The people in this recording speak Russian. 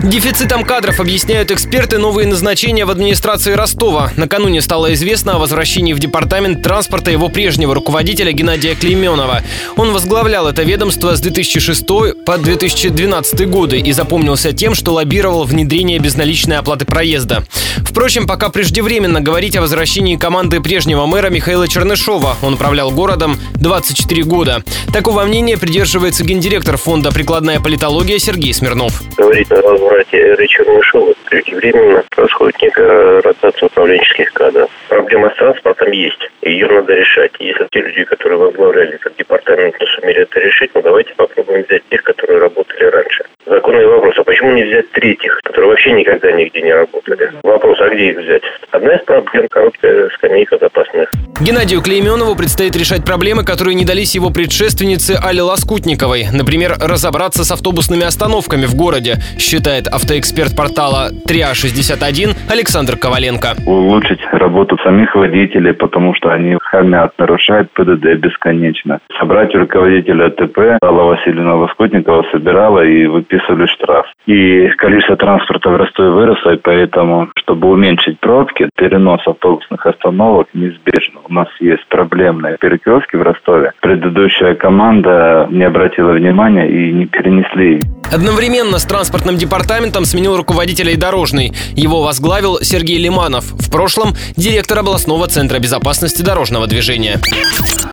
Дефицитом кадров объясняют эксперты новые назначения в администрации Ростова. Накануне стало известно о возвращении в департамент транспорта его прежнего руководителя Геннадия Клейменова. Он возглавлял это ведомство с 2006 по 2012 годы и запомнился тем, что лоббировал внедрение безналичной оплаты проезда. Впрочем, пока преждевременно говорить о возвращении команды прежнего мэра Михаила Чернышова. Он управлял городом 24 года. Такого мнения придерживается гендиректор фонда «Прикладная политология» Сергей Смирнов. Говорить о возврате эры Чернышова преждевременно происходит некая ротация управленческих кадров. Проблема с транспортом есть, и ее надо решать. Если те люди, которые возглавляли этот департамент, не сумели это решить, давайте попробуем взять тех, которые работали раньше. Законный вопрос, а почему не взять третьих, которые вообще никогда нигде не работали? Вопрос, а где их взять? Одна из проблем – короткая скамейка запасных. Геннадию Клейменову предстоит решать проблемы, которые не дались его предшественнице Алле Лоскутниковой. Например, разобраться с автобусными остановками в городе, считает автоэксперт портала ТРИА-61 Александр Коваленко. Улучшить работу самих водителей, потому что они хамят, нарушают ПДД бесконечно. Собрать руководителя ТП, Алла Васильевна Лоскутникова, собирала и выписывали штраф. И количество транспорта в Ростове выросло, и поэтому, чтобы уменьшить пробки, перенос автобусных остановок неизбежен. У нас есть проблемные перекрестки в Ростове. Предыдущая команда не обратила внимания и не перенесли. Одновременно с транспортным департаментом сменил руководителя и дорожный. Его возглавил Сергей Лиманов. В прошлом директор областного центра безопасности дорожного движения.